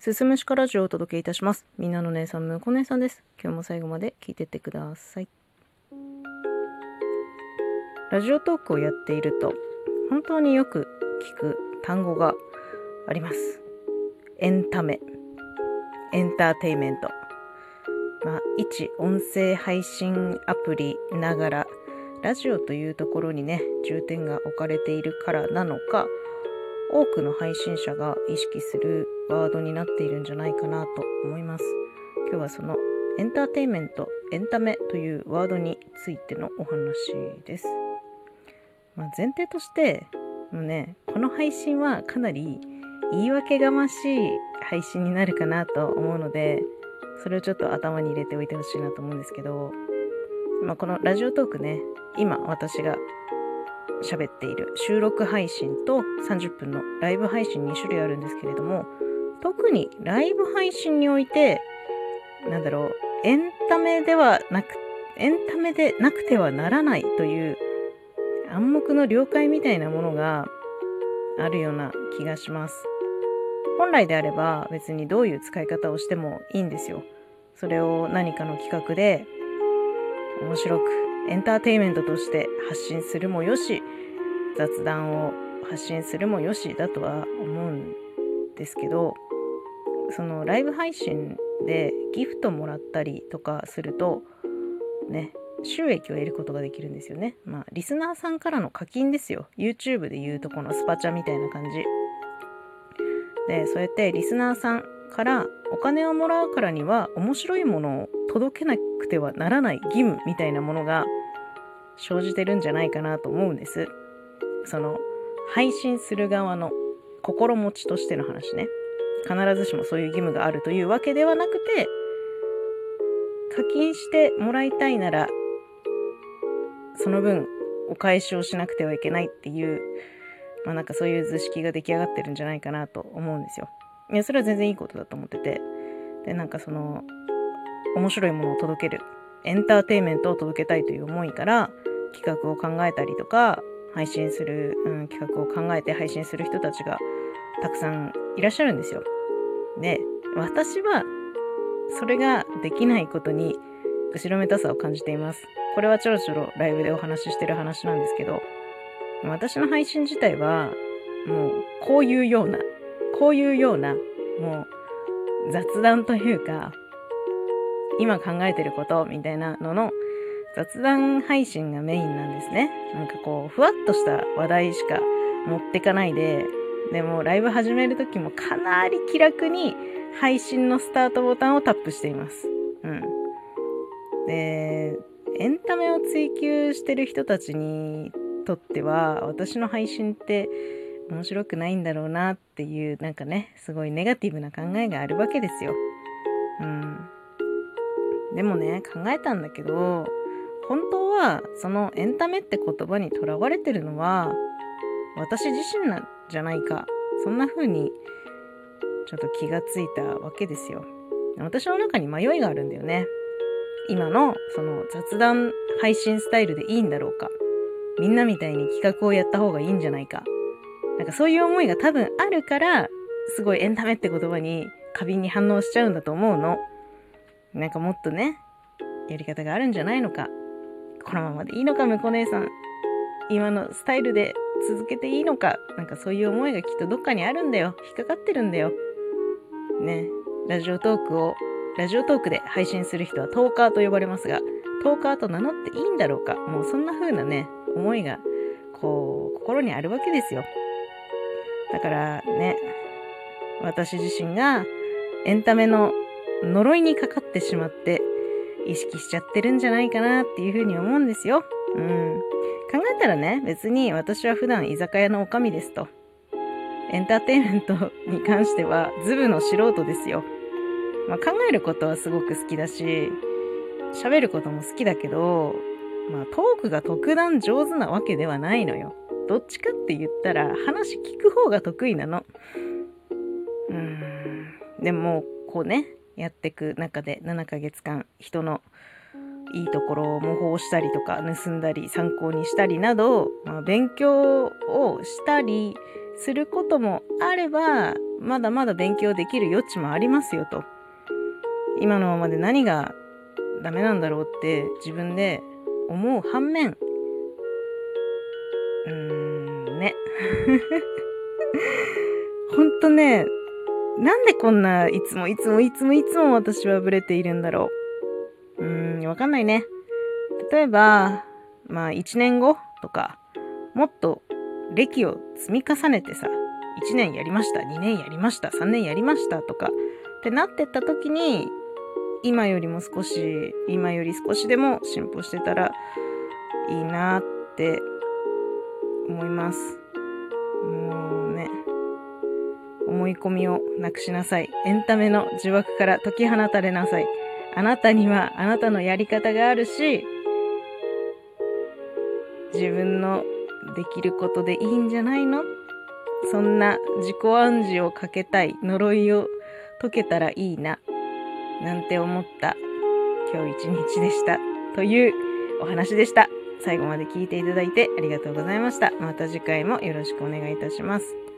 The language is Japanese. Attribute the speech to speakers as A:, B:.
A: すすむしかラジオをお届けいたします。みんなの姉さん、むこ姉さんです。今日も最後まで聞いてってください。ラジオトークをやっていると本当によく聞く単語があります。エンタメ、エンターテイメント。一音声配信アプリながらラジオというところにね、重点が置かれているからなのか、多くの配信者が意識するワードになっているんじゃないかなと思います。今日はそのエンターテインメント、エンタメというワードについてのお話です。前提としてもうね、この配信はかなり言い訳がましい配信になるかなと思うので、それをちょっと頭に入れておいてほしいなと思うんですけど、このラジオトークね、今私が喋っている収録配信と30分のライブ配信2種類あるんですけれども、特にライブ配信においてエンタメでなくてはならないという暗黙の了解みたいなものがあるような気がします。本来であれば別にどういう使い方をしてもいいんですよ。それを何かの企画で面白くエンターテインメントとして発信するもよし、雑談を発信するもよしだとは思うんですけど、そのライブ配信でギフトもらったりとかするとね、収益を得ることができるんですよね。リスナーさんからの課金ですよ。 YouTube でいうとこのスパチャみたいな感じで、そうやってリスナーさんからお金をもらうからには面白いものを届けなくてはならない義務みたいなものが生じてるんじゃないかなと思うんです。その配信する側の心持ちとしての話ね。必ずしもそういう義務があるというわけではなくて、課金してもらいたいならその分お返しをしなくてはいけないっていう、そういう図式が出来上がってるんじゃないかなと思うんですよ。いや、それは全然いいことだと思ってて、でその面白いものを届ける、エンターテインメントを届けたいという思いから企画を考えたりとか配信する、企画を考えて配信する人たちがたくさんいらっしゃるんですよ。で、私はそれができないことに後ろめたさを感じています。これはちょろちょろライブでお話ししてる話なんですけど、私の配信自体はもうこういうようなもう雑談というか、今考えてることみたいなのの雑談配信がメインなんですね。ふわっとした話題しか持ってかないで、でもライブ始める時もかなり気楽に配信のスタートボタンをタップしています。で、エンタメを追求してる人たちにとっては私の配信って面白くないんだろうなっていう、すごいネガティブな考えがあるわけですよ。でもね、考えたんだけど、本当はそのエンタメって言葉にとらわれてるのは私自身なんじゃないか、そんな風にちょっと気がついたわけですよ。私の中に迷いがあるんだよね。今のその雑談配信スタイルでいいんだろうか、みんなみたいに企画をやった方がいいんじゃないか、そういう思いが多分あるから、すごいエンタメって言葉に過敏に反応しちゃうんだと思うの。もっとね、やり方があるんじゃないのか、このままでいいのか、むこ姉さん、今のスタイルで続けていいのか、そういう思いがきっとどっかにあるんだよ。引っかかってるんだよね。ラジオトークで配信する人はトーカーと呼ばれますが、トーカーと名乗っていいんだろうか。もうそんな風なね、思いが心にあるわけですよ。だからね、私自身がエンタメの呪いにかかってしまって意識しちゃってるんじゃないかなっていう風に思うんですよ。考えたらね、別に私は普段居酒屋の女将ですと。エンターテインメントに関してはズブの素人ですよ。考えることはすごく好きだし、喋ることも好きだけど、トークが特段上手なわけではないのよ。どっちかって言ったら話聞く方が得意なの。でもやってく中で7ヶ月間人のいいところを模倣したりとか盗んだり参考にしたりなど、勉強をしたりすることもあれば、 まだまだ勉強できる余地もありますよと。今のままで何がダメなんだろうって自分で思う反面、ね。ほんとね、なんでこんないつも私はブレているんだろう。わかんないね。例えば、1年後とか、もっと歴を積み重ねてさ、1年やりました、2年やりました、3年やりましたとかってなってった時に、今より少しでも進歩してたらいいなって思います。もうね、思い込みをなくしなさい。エンタメの呪縛から解き放たれなさい。あなたにはあなたのやり方があるし、自分のできることでいいんじゃないの？そんな自己暗示をかけたい、呪いを解けたらいいな、なんて思った今日一日でした。というお話でした。最後まで聞いていただいてありがとうございました。また次回もよろしくお願いいたします。